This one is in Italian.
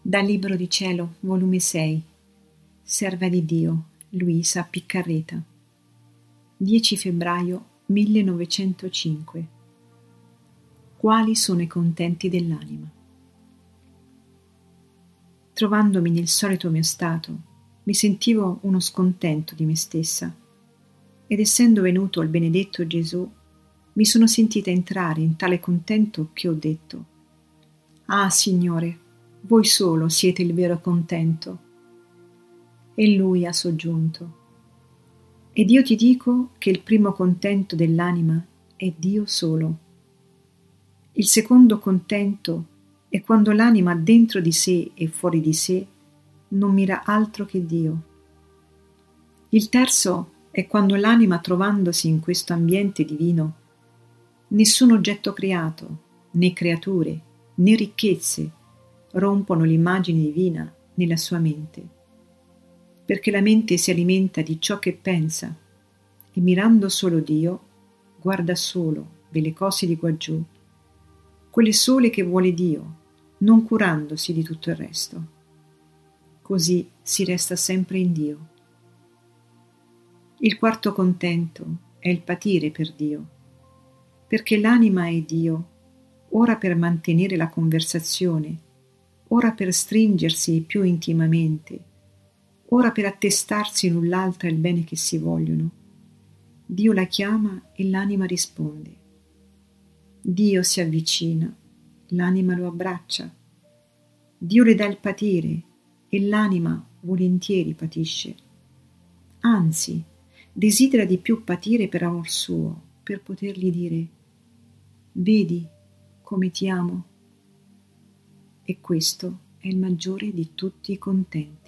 Dal Libro di Cielo, volume 6, Serva di Dio, Luisa Piccarreta, 10 febbraio 1905. Quali sono i contenti dell'anima? Trovandomi nel solito mio stato, mi sentivo uno scontento di me stessa, ed essendo venuto il benedetto Gesù, mi sono sentita entrare in tale contento che ho detto: «Ah, Signore, voi solo siete il vero contento». E Lui ha soggiunto: «Ed io ti dico che il primo contento dell'anima è Dio solo. Il secondo contento è quando l'anima dentro di sé e fuori di sé non mira altro che Dio. Il terzo è quando l'anima, trovandosi in questo ambiente divino, nessun oggetto creato, né creature, né ricchezze rompono l'immagine divina nella sua mente, perché la mente si alimenta di ciò che pensa e mirando solo Dio guarda solo delle cose di quaggiù, quelle sole che vuole Dio, non curandosi di tutto il resto. Così si resta sempre in Dio. Il quarto contento è il patire per Dio, perché l'anima è Dio, ora per mantenere la conversazione, ora per stringersi più intimamente, ora per attestarsi l'un l'altra il bene che si vogliono. Dio la chiama e l'anima risponde. Dio si avvicina, l'anima lo abbraccia. Dio le dà il patire e l'anima volentieri patisce. Anzi, desidera di più patire per amor suo, per potergli dire: «Vedi come ti amo». E questo è il maggiore di tutti i contenti.